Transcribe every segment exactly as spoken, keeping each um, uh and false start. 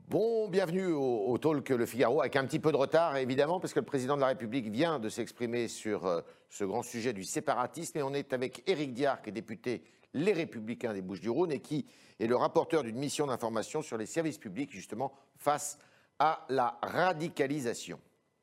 Bon, bienvenue au, au Talk Le Figaro, avec un petit peu de retard évidemment, parce que le président de la République vient de s'exprimer sur euh, ce grand sujet du séparatisme, et on est avec Éric Diard, qui est député Les Républicains des Bouches-du-Rhône et qui est le rapporteur d'une mission d'information sur les services publics, justement, face à la radicalisation.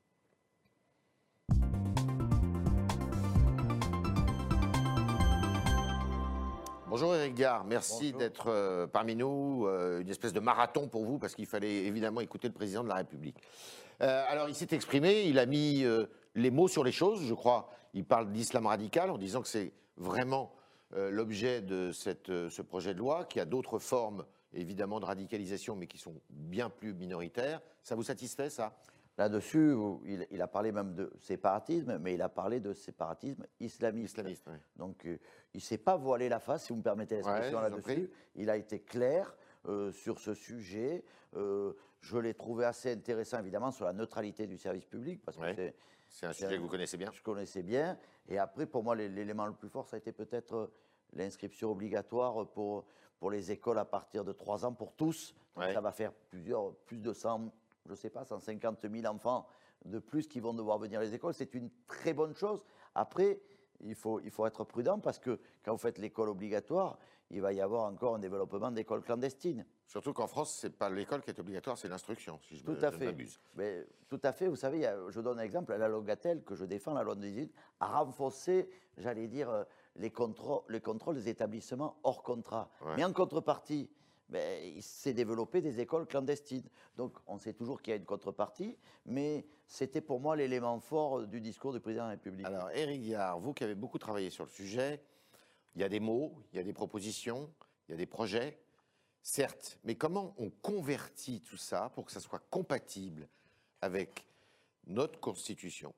Bonjour Éric Diard, merci d'être euh, parmi nous, euh, une espèce de marathon pour vous, parce qu'il fallait évidemment écouter le président de la République. Euh, alors il s'est exprimé, il a mis euh, les mots sur les choses, je crois. Il parle d'islam radical en disant que c'est vraiment euh, l'objet de cette, euh, ce projet de loi, qui a d'autres formes évidemment de radicalisation, mais qui sont bien plus minoritaires. Ça vous satisfait, ça? Là-dessus, il, il a parlé même de séparatisme, mais il a parlé de séparatisme islamiste. Islamiste, oui. Donc, euh, il ne s'est pas voilé la face, si vous me permettez l'expression, ouais, là-dessus. Il a été clair euh, sur ce sujet. Euh, je l'ai trouvé assez intéressant, évidemment, sur la neutralité du service public, parce que ouais. c'est un sujet que vous connaissez bien. Je connaissais bien. Et après, pour moi, l'élément le plus fort, ça a été peut-être l'inscription obligatoire pour, pour les écoles à partir de trois ans, pour tous. Donc, ouais. Ça va faire plusieurs, plus de cent... je ne sais pas, cent cinquante mille enfants de plus qui vont devoir venir à les écoles. C'est une très bonne chose. Après, il faut, il faut être prudent parce que quand vous faites l'école obligatoire, il va y avoir encore un développement d'écoles clandestines. Surtout qu'en France, ce n'est pas l'école qui est obligatoire, c'est l'instruction, si je tout à fait. Mais, tout à fait. Vous savez, il y a, je donne un exemple, la loi Gatel, que je défends, la loi de deux mille dix-huit, a renforcé, j'allais dire, les contrôles, les contrôles des établissements hors contrat. Ouais. Mais en contrepartie, ben, il s'est développé des écoles clandestines. Donc, on sait toujours qu'il y a une contrepartie, mais c'était pour moi l'élément fort du discours du président de la République. Alors, Éric Diard, vous qui avez beaucoup travaillé sur le sujet, il y a des mots, il y a des propositions, il y a des projets, certes, mais comment on convertit tout ça pour que ça soit compatible avec notre Constitution,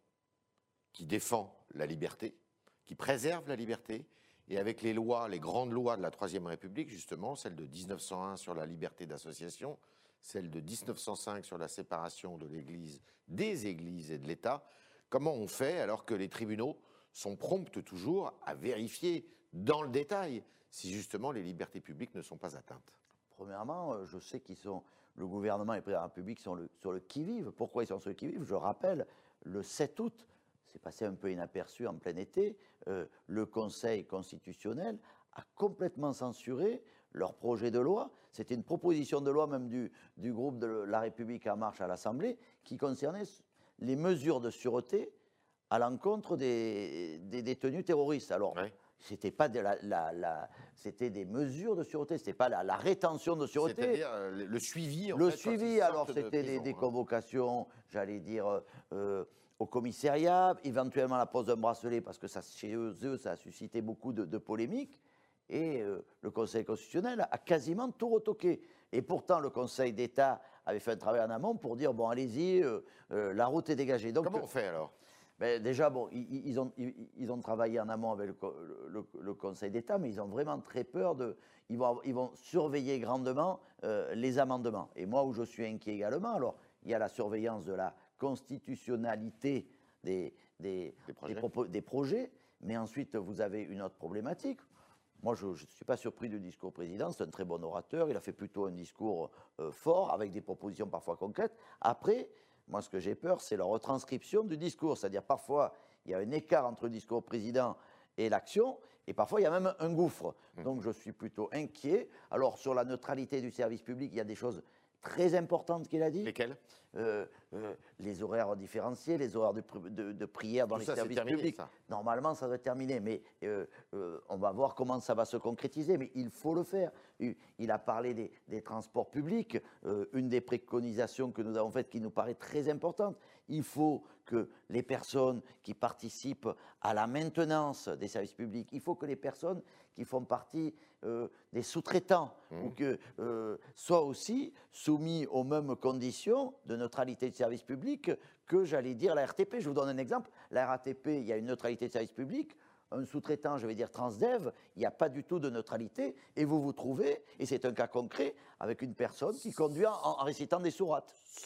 qui défend la liberté, qui préserve la liberté, et avec les lois, les grandes lois de la Troisième République, justement, celle de mille neuf cent un sur la liberté d'association, celle de mille neuf cent cinq sur la séparation de l'Église, des Églises et de l'État, comment on fait alors que les tribunaux sont prompts toujours à vérifier dans le détail si justement les libertés publiques ne sont pas atteintes? Premièrement, je sais qu'ils sont, le gouvernement et le président de la République sont le, sur le qui-vive. Pourquoi ils sont sur le qui-vive? Je rappelle, le sept août, c'est passé un peu inaperçu en plein été, euh, le Conseil constitutionnel a complètement censuré leur projet de loi. C'était une proposition de loi même du, du groupe de La République En Marche à l'Assemblée qui concernait les mesures de sûreté à l'encontre des, des détenus terroristes. Alors, ouais. C'était pas de la, la, la, c'était des mesures de sûreté, c'était pas la, la rétention de sûreté. C'est-à-dire euh, le suivi. En le fait, suivi, alors c'était des, des convocations, j'allais dire, euh, au commissariat, éventuellement la pose d'un bracelet, parce que ça, chez eux, ça a suscité beaucoup de, de polémiques. Et euh, le Conseil constitutionnel a quasiment tout retoqué. Et pourtant, le Conseil d'État avait fait un travail en amont pour dire, bon, allez-y, euh, euh, la route est dégagée. Donc, comment on fait alors? Ben, déjà, bon, ils, ils, ont, ils, ils ont travaillé en amont avec le, le, le Conseil d'État, mais ils ont vraiment très peur de... Ils vont, ils vont surveiller grandement euh, les amendements. Et moi, où je suis inquiet également, alors, il y a la surveillance de la constitutionnalité des, des, des, projets. Des, propos, des projets, mais ensuite, vous avez une autre problématique. Moi, je ne suis pas surpris du discours président, c'est un très bon orateur, il a fait plutôt un discours euh, fort, avec des propositions parfois concrètes. Après... Moi, ce que j'ai peur, c'est la retranscription du discours. C'est-à-dire, parfois, il y a un écart entre le discours président et l'action, et parfois, il y a même un gouffre. Donc, je suis plutôt inquiet. Alors, sur la neutralité du service public, il y a des choses très importantes qu'il a dit. Lesquelles? euh, euh, Les horaires différenciés, les horaires de, de, de prière dans Tout les ça, services terminé, publics. Ça. Normalement, ça doit être terminé, mais euh, euh, on va voir comment ça va se concrétiser. Mais il faut le faire. Il a parlé des, des transports publics. Euh, une des préconisations que nous avons faites qui nous paraît très importante. Il faut que les personnes qui participent à la maintenance des services publics, il faut que les personnes qui font partie euh, des sous-traitants mmh. ou que, euh, soient aussi soumis aux mêmes conditions de neutralité de service public que, j'allais dire, la R T P. Je vous donne un exemple. La R A T P, il y a une neutralité de service public. Un sous-traitant, je vais dire Transdev, il n'y a pas du tout de neutralité. Et vous vous trouvez, et c'est un cas concret, avec une personne qui conduit en, en récitant des sourates. Ce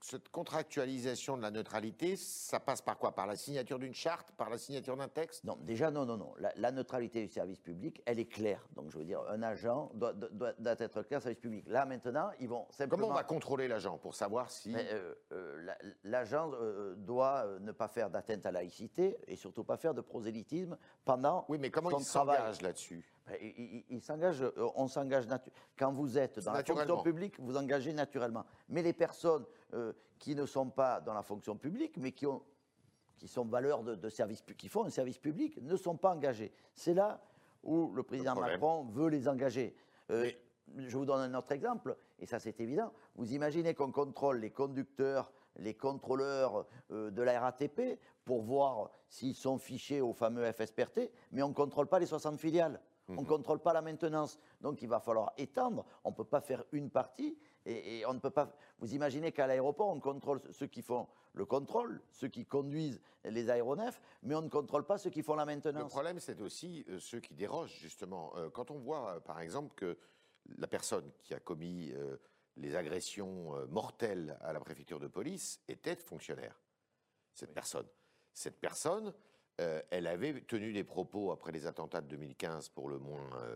cette contractualisation de la neutralité, ça passe par quoi? Par la signature d'une charte? Par la signature d'un texte? Non, déjà, non, non, non. La, la neutralité du service public, elle est claire. Donc, je veux dire, un agent doit, doit, doit être clair, service public. Là, maintenant, ils vont simplement... Comment on va contrôler l'agent pour savoir si... Euh, euh, la, l'agent euh, doit euh, ne pas faire d'atteinte à la laïcité et surtout pas faire de prosélytisme pendant Oui, mais comment son il travail. s'engage là-dessus? Ben, il, il, il s'engage, euh, on s'engage natu- quand vous êtes dans la fonction publique, vous engagez naturellement. Mais les personnes euh, qui ne sont pas dans la fonction publique, mais qui ont, qui sont valeurs de, de service, qui font un service public, ne sont pas engagées. C'est là où le président Le Macron veut les engager. Euh, Mais- Je vous donne un autre exemple, et ça c'est évident. Vous imaginez qu'on contrôle les conducteurs, les contrôleurs euh, de la R A T P pour voir s'ils sont fichés au fameux F S P R T, mais on ne contrôle pas les soixante filiales. On ne contrôle pas la maintenance. Donc il va falloir étendre. On ne peut pas faire une partie. Et, et on ne peut pas. Vous imaginez qu'à l'aéroport, on contrôle ceux qui font le contrôle, ceux qui conduisent les aéronefs, mais on ne contrôle pas ceux qui font la maintenance. Le problème, c'est aussi euh, ceux qui dérogent, justement. Euh, quand on voit, euh, par exemple, que la personne qui a commis euh, les agressions euh, mortelles à la préfecture de police était fonctionnaire, cette Oui. personne. Cette personne, euh, elle avait tenu des propos après les attentats de deux mille quinze, pour le moins euh,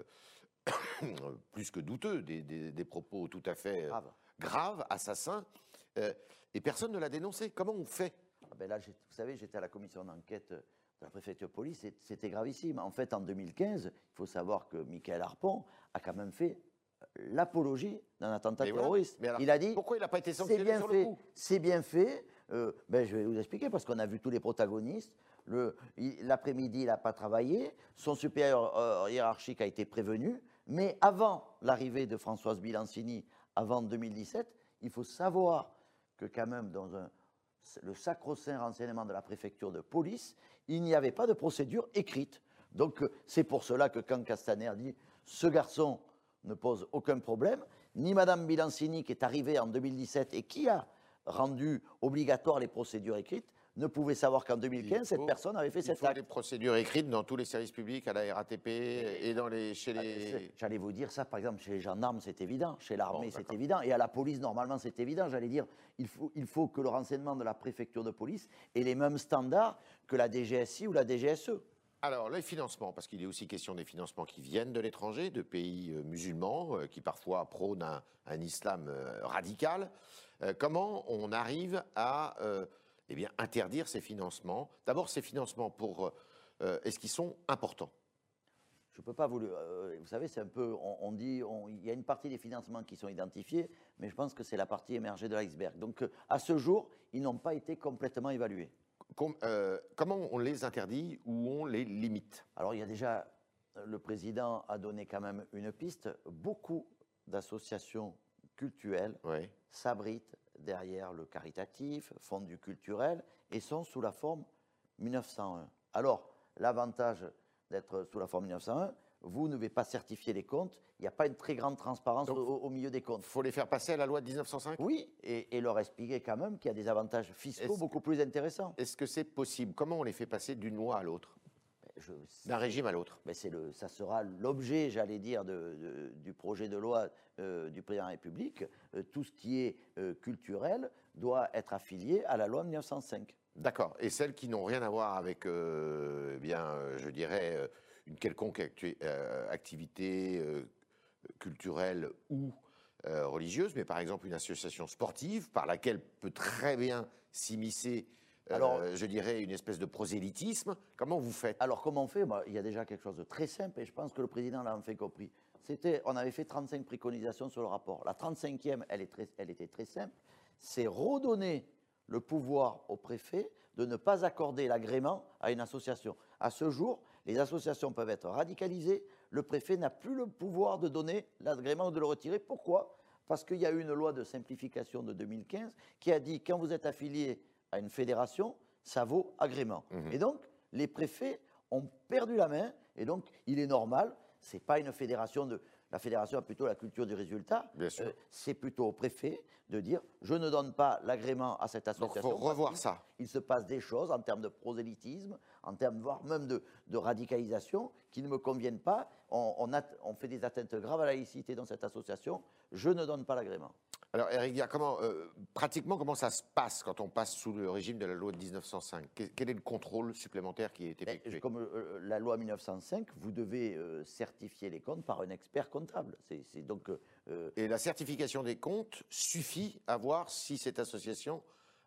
plus que douteux, des, des- des propos tout à fait euh, Grave. graves, assassins, euh, et personne ne l'a dénoncé. Comment on fait? Ah ben là, j'ai- vous savez, j'étais à la commission d'enquête de la préfecture de police, et c'était gravissime. En fait, en deux mille quinze, il faut savoir que Michael Harpon a quand même fait l'apologie d'un attentat Mais voilà. terroriste. Mais alors, il a dit, pourquoi il n'a pas été c'est sanctionné bien sur fait, le coup? c'est bien fait. Euh, ben, je vais vous expliquer, parce qu'on a vu tous les protagonistes. Le- il- L'après-midi, il n'a pas travaillé. Son supérieur euh, hiérarchique a été prévenu. Mais avant l'arrivée de Françoise Bilancini, avant deux mille dix-sept, il faut savoir que quand même, dans un, le sacro-saint renseignement de la préfecture de police, il n'y avait pas de procédure écrite. Donc euh, c'est pour cela que quand Castaner dit « ce garçon ne pose aucun problème », ni Madame Bilancini, qui est arrivée en deux mille dix-sept et qui a rendu obligatoire les procédures écrites, ne pouvait savoir qu'en deux mille quinze, Il cette faut- personne avait fait Il cet faut acte. des procédures écrites dans tous les services publics, à la R A T P et dans les, chez les... J'allais vous dire ça, par exemple, chez les gendarmes, c'est évident, chez l'armée, Bon, c'est d'accord. évident, et à la police, normalement, c'est évident. J'allais dire, il faut, il faut que le renseignement de la préfecture de police ait les mêmes standards que la D G S I ou la D G S E. Alors, les financements, parce qu'il est aussi question des financements qui viennent de l'étranger, de pays euh, musulmans, euh, qui parfois prônent un, un islam euh, radical. Euh, comment on arrive à euh, eh bien, interdire ces financements? D'abord, ces financements, pour, euh, est-ce qu'ils sont importants? Je ne peux pas vous le. euh, vous savez, c'est un peu. On, on dit. on- Il y a une partie des financements qui sont identifiés, mais je pense que c'est la partie émergée de l'iceberg. Donc, euh, à ce jour, ils n'ont pas été complètement évalués. Com- euh, comment on les interdit ou on les limite? Alors, il y a déjà. Le président a donné quand même une piste. Beaucoup d'associations cultuelles Oui. s'abritent derrière le caritatif, font du culturel et sont sous la forme mille neuf cent un. Alors, l'avantage d'être sous la forme mille neuf cent un, vous ne devez pas certifier les comptes, il n'y a pas une très grande transparence Donc, au, au milieu des comptes. Il faut les faire passer à la loi de mille neuf cent cinq? Oui, et, et leur expliquer quand même qu'il y a des avantages fiscaux Est-ce- beaucoup plus intéressants. Est-ce que c'est possible? Comment on les fait passer d'une loi à l'autre, Je- d'un régime à l'autre? Mais c'est le, ça sera l'objet, j'allais dire, de- de- du projet de loi euh, du président de la République. Euh, tout ce qui est euh, culturel doit être affilié à la loi mille neuf cent cinq. D'accord. Et celles qui n'ont rien à voir avec, euh, eh bien, euh, je dirais, euh, une quelconque actu- euh, activité euh, culturelle ou euh, religieuse, mais par exemple une association sportive par laquelle peut très bien s'immiscer, euh, Alors- je dirais, une espèce de prosélytisme. Comment vous faites? Alors, comment on fait? Bah, il y a déjà quelque chose de très simple, et je pense que le président l'a enfin compris. C'était, on avait fait trente-cinq préconisations sur le rapport. La trente-cinquième, elle, est très- elle était très simple. C'est redonner le pouvoir au préfet de ne pas accorder l'agrément à une association. À ce jour, les associations peuvent être radicalisées. Le préfet n'a plus le pouvoir de donner l'agrément ou de le retirer. Pourquoi? Parce qu'il y a eu une loi de simplification de deux mille quinze qui a dit quand vous êtes affilié à une fédération, ça vaut agrément. Mhm. Et donc, les préfets ont perdu la main, et donc il est normal, c'est pas une fédération de... La fédération a plutôt la culture du résultat. Bien sûr. Euh, c'est plutôt au préfet de dire je ne donne pas l'agrément à cette Donc, il association. faut parce revoir qu'il- ça. Il se passe des choses en termes de prosélytisme, en termes voire même de, de radicalisation qui ne me conviennent pas. On, on a- on fait des atteintes graves à la laïcité dans cette association. Je ne donne pas l'agrément. Alors, Éric Diard, comment, euh, pratiquement, comment ça se passe quand on passe sous le régime de la loi de mille neuf cent cinq? Quel quel est le contrôle supplémentaire qui est effectué? Ben, comme euh, la loi mille neuf cent cinq, vous devez euh, certifier les comptes par un expert comptable. C'est c'est donc euh, Et la certification des comptes suffit à voir si cette association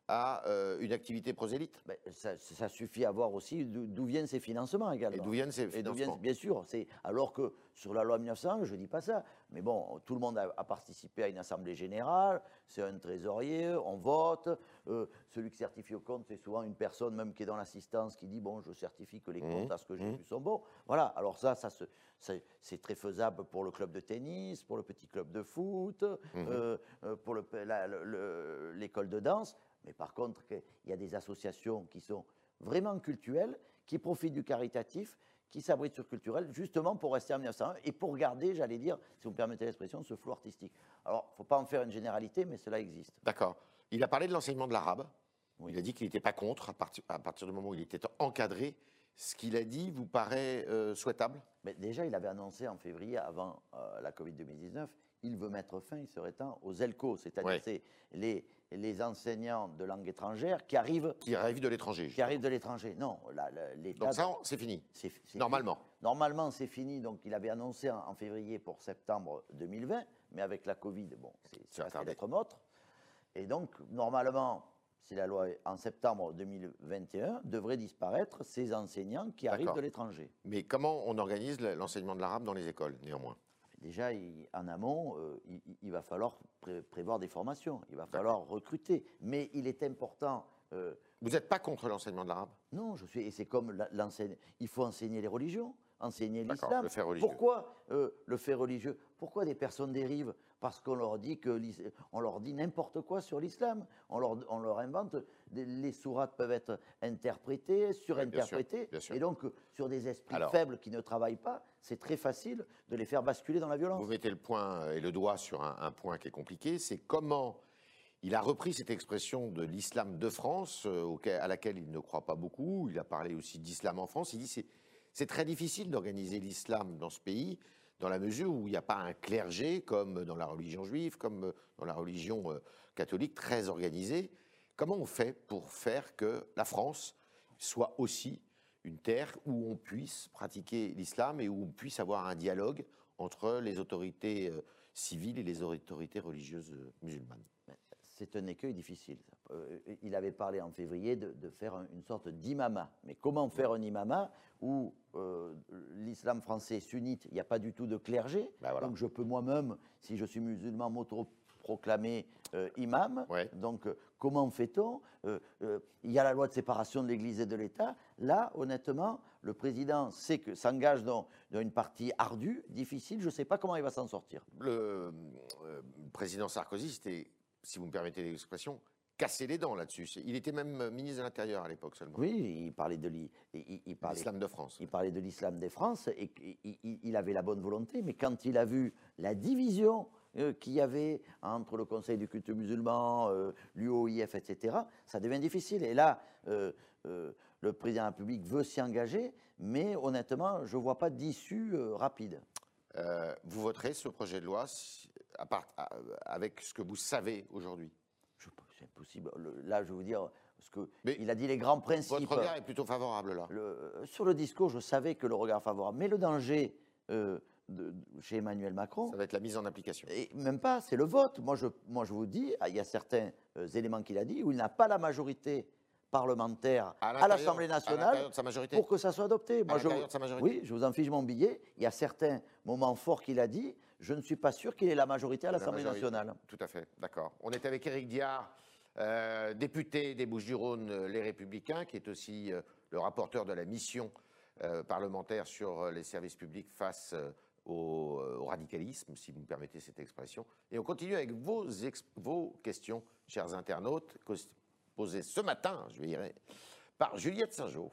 a euh, une activité prosélyte? ben, ça, ça suffit à voir aussi d'où d'où viennent ces financements également. Et d'où viennent ces Et d'où viennent- financements? bien sûr, c'est alors que sur la loi mille neuf cent un, je ne dis pas ça, mais bon, tout le monde a, a participé à une assemblée générale, c'est un trésorier, on vote, euh, celui qui certifie au compte, c'est souvent une personne même qui est dans l'assistance qui dit bon, je certifie que les Mmh, comptes à ce que j'ai mmh. vu sont bons. Voilà, alors ça, ça se- ça- c'est très faisable pour le club de tennis, pour le petit club de foot, Mmh. euh, euh, pour le- la- le- le- l'école de danse. Mais par contre, que- il y a des associations qui sont vraiment cultuelles, qui profitent du caritatif, qui s'abritent sur culturel, justement pour rester en mille neuf cent un et pour garder, j'allais dire, si vous me permettez l'expression, ce flou artistique. Alors, il ne faut pas en faire une généralité, mais cela existe. D'accord. Il a parlé de l'enseignement de l'arabe. Oui. Il a dit qu'il n'était pas contre à partir, à partir du moment où il était encadré. Ce qu'il a dit vous paraît euh, souhaitable? Mais déjà, il avait annoncé en février, avant euh, la Covid deux mille dix-neuf, il veut mettre fin, il serait temps, aux E L C O, c'est-à-dire Ouais. c'est les, les enseignants de langue étrangère qui arrivent, Qui arrive de l'étranger. qui arrivent de l'étranger. Non, la- la- l'État... Donc ça, on- c'est fini. c'est- c'est Normalement. fini. Normalement, c'est fini. Donc, il avait annoncé en, en février pour septembre deux mille vingt, mais avec la Covid, bon, c'est C'est c'est resté retardé. lettre morte. Et donc, normalement, si la loi est en septembre deux mille vingt et un, devraient disparaître ces enseignants qui arrivent D'accord. de l'étranger. Mais comment on organise le- l'enseignement de l'arabe dans les écoles, néanmoins? Déjà, il- en amont, euh, il, il va falloir pré- prévoir des formations, il va falloir recruter. Mais il est important. euh, Vous n'êtes pas contre l'enseignement de l'arabe? non, je suis. Et c'est comme la- l'enseigne. Il faut enseigner les religions, enseigner D'accord, l'islam. le fait religieux. Pourquoi euh, le fait religieux? Pourquoi des personnes dérivent? Parce qu'on leur dit que l'is- on leur dit n'importe quoi sur l'islam. On leur, on leur invente. des- Les sourates peuvent être interprétées, surinterprétées. bien sûr. Et donc, euh, sur des esprits Alors. faibles qui ne travaillent pas, c'est très facile de les faire basculer dans la violence. Vous mettez le point et le doigt sur un, un point qui est compliqué, c'est comment il a repris cette expression de l'islam de France, euh, auquel- à laquelle il ne croit pas beaucoup. Il a parlé aussi d'islam en France. Il dit c'est c'est très difficile d'organiser l'islam dans ce pays, dans la mesure où il n'y a pas un clergé comme dans la religion juive, comme dans la religion euh, catholique, très organisé. Comment on fait pour faire que la France soit aussi une terre où on puisse pratiquer l'islam et où on puisse avoir un dialogue entre les autorités euh, civiles et les autorités religieuses euh, musulmanes? C'est un écueil difficile. ça. Euh, Il avait parlé en février de, de faire un- une sorte d'imama. Mais comment faire un imama où euh, l'islam français sunnite, il n'y a pas du tout de clergé? Ben voilà. Donc je peux moi-même, si je suis musulman, m'auto-proclamer euh, imam. Ouais. Donc euh, comment fait-on? Euh, euh, Il y a la loi de séparation de l'Église et de l'État. Là, honnêtement, le président sait que s'engage dans, dans une partie ardue, difficile. Je ne sais pas comment il va s'en sortir. Le euh, président Sarkozy, c'était, si vous me permettez l'expression, casser les dents là-dessus. C'est- Il était même euh, ministre de l'Intérieur à l'époque seulement. Oui, il parlait de l'i- il- il- il parlait- L'islam de France. Il parlait de l'islam des France et qu- il, il- il avait la bonne volonté, mais quand il a vu la division euh, qu'il y avait entre le Conseil du culte musulman, euh, l'U O I F, et cetera, ça devient difficile. Et là, euh, euh, le président de la République veut s'y engager, mais honnêtement, je ne vois pas d'issue euh, rapide. Euh, vous voterez ce projet de loi si- à part, à- avec ce que vous savez aujourd'hui? Je- C'est impossible. Le- là, je vais vous dire, parce que Mais il a dit les grands principes. Votre regard est plutôt favorable là. Le- sur le discours, je savais que le regard favorable. Mais le danger euh, de- de- chez Emmanuel Macron, Ça va être la mise en application. et même pas, c'est le vote. Moi je, moi, je vous dis, il y a certains euh, éléments qu'il a dit où il n'a pas la majorité parlementaire À à l'intérieur- l'Assemblée à nationale l'intérieur de sa majorité. pour que ça soit adopté. Moi, je, l'intérieur de sa majorité. oui, je vous en fiche mon billet. Il y a certains moments forts qu'il a dit. Je ne suis pas sûr qu'il ait la majorité à La l'Assemblée majorité. nationale. Tout à fait, d'accord. On est avec Éric Diard, euh, député des Bouches-du-Rhône, euh, Les Républicains, qui est aussi euh, le rapporteur de la mission euh, parlementaire sur euh, les services publics face euh, au, euh, au radicalisme, si vous me permettez cette expression. Et on continue avec vos, ex- vos questions, chers internautes, cos- posées ce matin, je dirais, par Juliette Saint-Jean.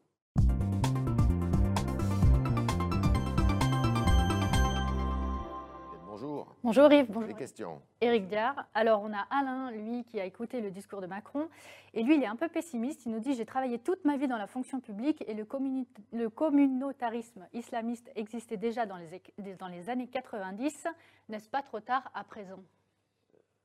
Bonjour. Bonjour Yves, bonjour Les questions. Éric Diard. Alors on a Alain, lui, qui a écouté le discours de Macron, et lui il est un peu pessimiste, il nous dit « J'ai travaillé toute ma vie dans la fonction publique et le, communi- le communautarisme islamiste existait déjà dans les, éc- dans les années quatre-vingt-dix, n'est-ce pas trop tard à présent ?»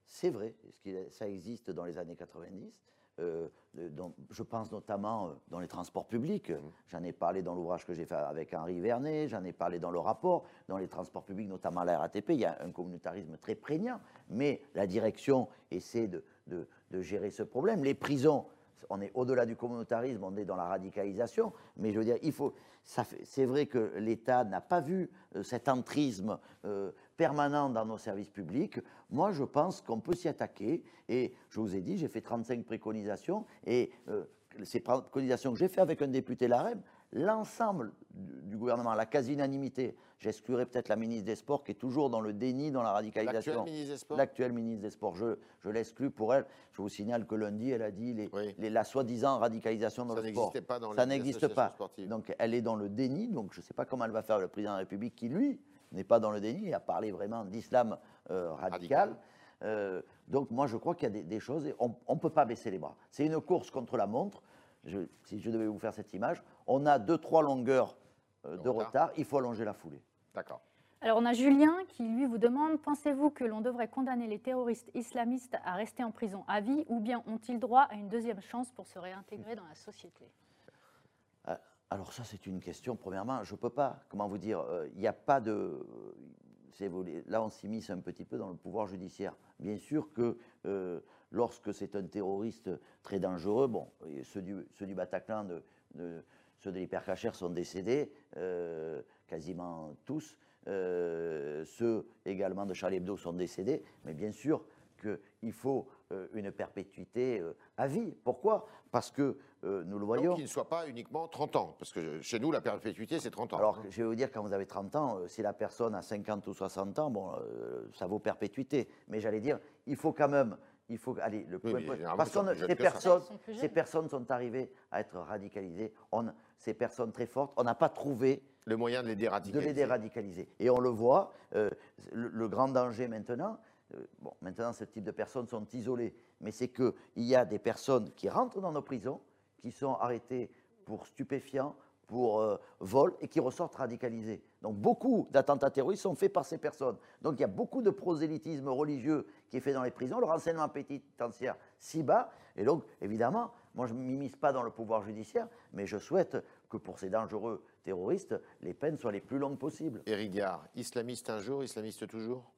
c'est vrai, ça existe dans les années quatre-vingt-dix. Euh, dans, je pense notamment dans les transports publics. Mmh. J'en ai parlé dans l'ouvrage que j'ai fait avec Henri Vernet, j'en ai parlé dans le rapport. Dans les transports publics, notamment la R A T P, il y a un communautarisme très prégnant, mais la direction essaie de, de, de gérer ce problème. Les prisons, on est au-delà du communautarisme, on est dans la radicalisation, mais je veux dire, il faut, c'est vrai que l'État n'a pas vu euh, cet entrisme euh, permanent dans nos services publics. Moi, je pense qu'on peut s'y attaquer, et je vous ai dit, j'ai fait trente-cinq préconisations, et euh, ces préconisations que j'ai fait avec un député LaREM, l'ensemble du, du gouvernement, la quasi-unanimité, j'exclurai peut-être la ministre des Sports qui est toujours dans le déni, dans la radicalisation. L'actuelle ministre des Sports L'actuelle ministre des Sports, je, je l'exclus pour elle. Je vous signale que lundi, elle a dit les, oui. les, la soi-disant radicalisation dans ça le sport. Pas dans ça n'existe pas. Sportives. Donc elle est dans le déni, donc je ne sais pas comment elle va faire le président de la République qui, lui, n'est pas dans le déni et a parlé vraiment d'islam euh, radical. radical. Euh, donc moi, je crois qu'il y a des, des choses, et on ne peut pas baisser les bras. C'est une course contre la montre. Je, si je devais vous faire cette image, on a deux, trois longueurs euh, de retard. retard, il faut allonger la foulée. D'accord. Alors on a Julien qui lui vous demande, pensez-vous que l'on devrait condamner les terroristes islamistes à rester en prison à vie ou bien ont-ils droit à une deuxième chance pour se réintégrer dans la société? Alors ça c'est une question, premièrement, je ne peux pas, comment vous dire, il euh, n'y a pas de... Là on s'immisce un petit peu dans le pouvoir judiciaire. Bien sûr que euh, lorsque c'est un terroriste très dangereux, bon, ceux du, ceux du Bataclan, de, de, ceux de l'Hypercacher sont décédés, euh, quasiment tous, euh, ceux également de Charlie Hebdo sont décédés, mais bien sûr qu'il faut euh, une perpétuité euh, à vie. Pourquoi? Parce que euh, nous le voyons... Donc qu'il ne soit pas uniquement trente ans, parce que chez nous la perpétuité c'est trente ans. Alors je vais vous dire, quand vous avez trente ans, euh, si la personne a cinquante ou soixante ans, bon, euh, ça vaut perpétuité. Mais j'allais dire, il faut quand même... Il faut aller le oui, point, point, parce que ces personnes, ces personnes sont arrivées à être radicalisées. On, ces personnes très fortes, on n'a pas trouvé le moyen de les déradicaliser. De les déradicaliser. Et on le voit, euh, le, le grand danger maintenant, euh, bon, maintenant ce type de personnes sont isolées, mais c'est qu'il y a des personnes qui rentrent dans nos prisons, qui sont arrêtées pour stupéfiants, pour euh, vol, et qui ressortent radicalisées. Donc beaucoup d'attentats terroristes sont faits par ces personnes. Donc il y a beaucoup de prosélytisme religieux qui est fait dans les prisons, le renseignement pénitentiaire si bas, et donc évidemment, moi je ne m'immisce pas dans le pouvoir judiciaire, mais je souhaite que pour ces dangereux terroristes, les peines soient les plus longues possibles. Éric Diard, islamiste un jour, islamiste toujours?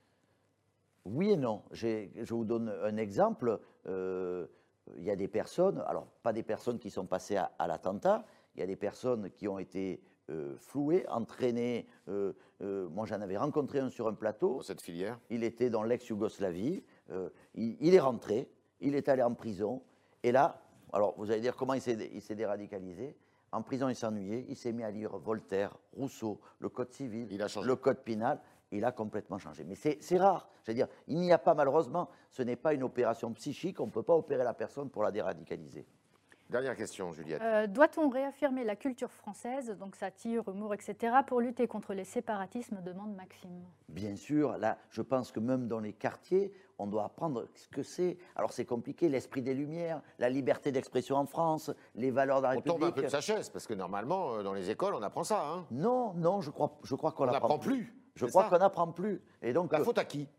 Oui et non. Je vous donne un exemple. Euh, il y a des personnes, alors pas des personnes qui sont passées à, à l'attentat, il y a des personnes qui ont été euh, flouées, entraînées. Euh, euh, moi, j'en avais rencontré un sur un plateau. Dans cette filière. Il était dans l'ex-Yougoslavie. Euh, il, il est rentré, il est allé en prison. Et là, alors vous allez dire comment il s'est déradicalisé. En prison, il s'ennuyait. Il s'est mis à lire Voltaire, Rousseau, le Code civil, le Code pénal. Il a complètement changé. Mais c'est rare. Je veux dire, il n'y a pas, malheureusement, ce n'est pas une opération psychique. On ne peut pas opérer la personne pour la déradicaliser. Dernière question, Juliette. Euh, Doit-on réaffirmer la culture française, donc satire, humour, et cetera, pour lutter contre les séparatismes, demande Maxime? Bien sûr. Là, je pense que même dans les quartiers, on doit apprendre ce que c'est. Alors c'est compliqué, l'esprit des Lumières, la liberté d'expression en France, les valeurs de la République. On tombe un peu de sa chaise, parce que normalement, dans les écoles, on apprend ça. Hein. Non, non, je crois, je crois qu'on n'apprend plus. plus. Je crois qu'on n'apprend plus. Et donc, la faute à qui?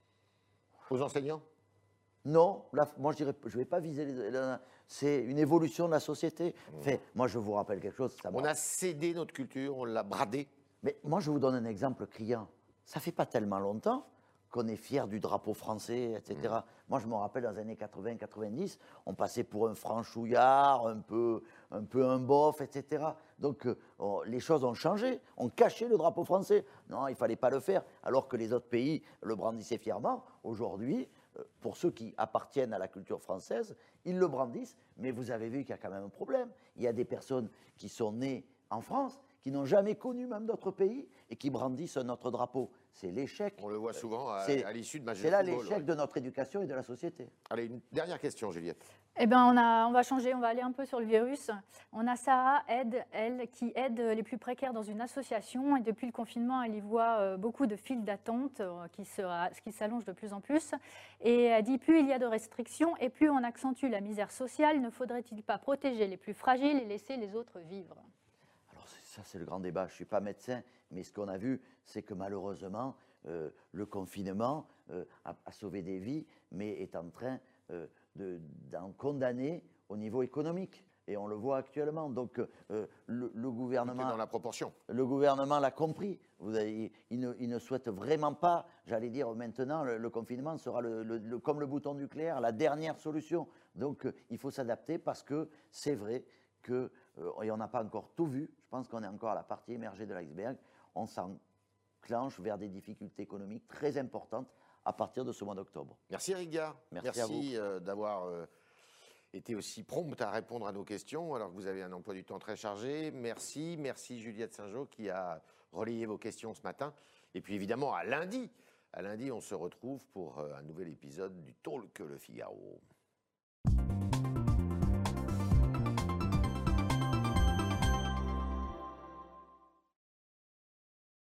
Aux enseignants? Non, la, moi je dirais, je ne vais pas viser les... les c'est une évolution de la société. Mmh. Enfin, moi je vous rappelle quelque chose. Ça on a cédé notre culture, on l'a bradée. Mais moi je vous donne un exemple criant. Ça ne fait pas tellement longtemps qu'on est fier du drapeau français, et cetera. Mmh. Moi je me rappelle dans les années quatre-vingt quatre-vingt-dix, on passait pour un franchouillard, un peu un, peu un bof, et cetera. Donc euh, on, les choses ont changé. On cachait le drapeau français. Non, il ne fallait pas le faire. Alors que les autres pays le brandissaient fièrement. Aujourd'hui, pour ceux qui appartiennent à la culture française, ils le brandissent, mais vous avez vu qu'il y a quand même un problème. Il y a des personnes qui sont nées en France, qui n'ont jamais connu même d'autres pays, et qui brandissent notre drapeau. C'est l'échec. On le voit souvent à, à l'issue de matchs de football. C'est là l'échec ouais. de notre éducation et de la société. Allez, une dernière question, Juliette. Eh bien, on, a, on va changer, on va aller un peu sur le virus. On a Sarah, aide, elle, qui aide les plus précaires dans une association. Et depuis le confinement, elle y voit beaucoup de files d'attente qui, qui s'allongent de plus en plus. Et elle dit, plus il y a de restrictions et plus on accentue la misère sociale, ne faudrait-il pas protéger les plus fragiles et laisser les autres vivre? Alors ça, c'est le grand débat. Je ne suis pas médecin, mais ce qu'on a vu, c'est que malheureusement, euh, le confinement euh, à, à sauver des vies, mais est en train euh, de- d'en condamner au niveau économique. Et on le voit actuellement. Donc euh, le, le Tout est gouvernement... dans la proportion. Le gouvernement l'a compris. Vous avez, il, ne, il ne souhaite vraiment pas, j'allais dire maintenant, le, le confinement sera le, le- le- comme le bouton nucléaire, la dernière solution. Donc euh, il faut s'adapter parce que c'est vrai qu'on euh, n'a pas encore tout vu. Je pense qu'on est encore à la partie émergée de l'iceberg. On s'enclenche vers des difficultés économiques très importantes à partir de ce mois d'octobre. Merci Eric Gard. Merci à vous. euh, d'avoir euh, été aussi prompt à répondre à nos questions alors que vous avez un emploi du temps très chargé. Merci, merci Juliette Saint-Jean qui a relayé vos questions ce matin. Et puis évidemment à lundi. À lundi, on se retrouve pour euh, un nouvel épisode du Talk Le Figaro.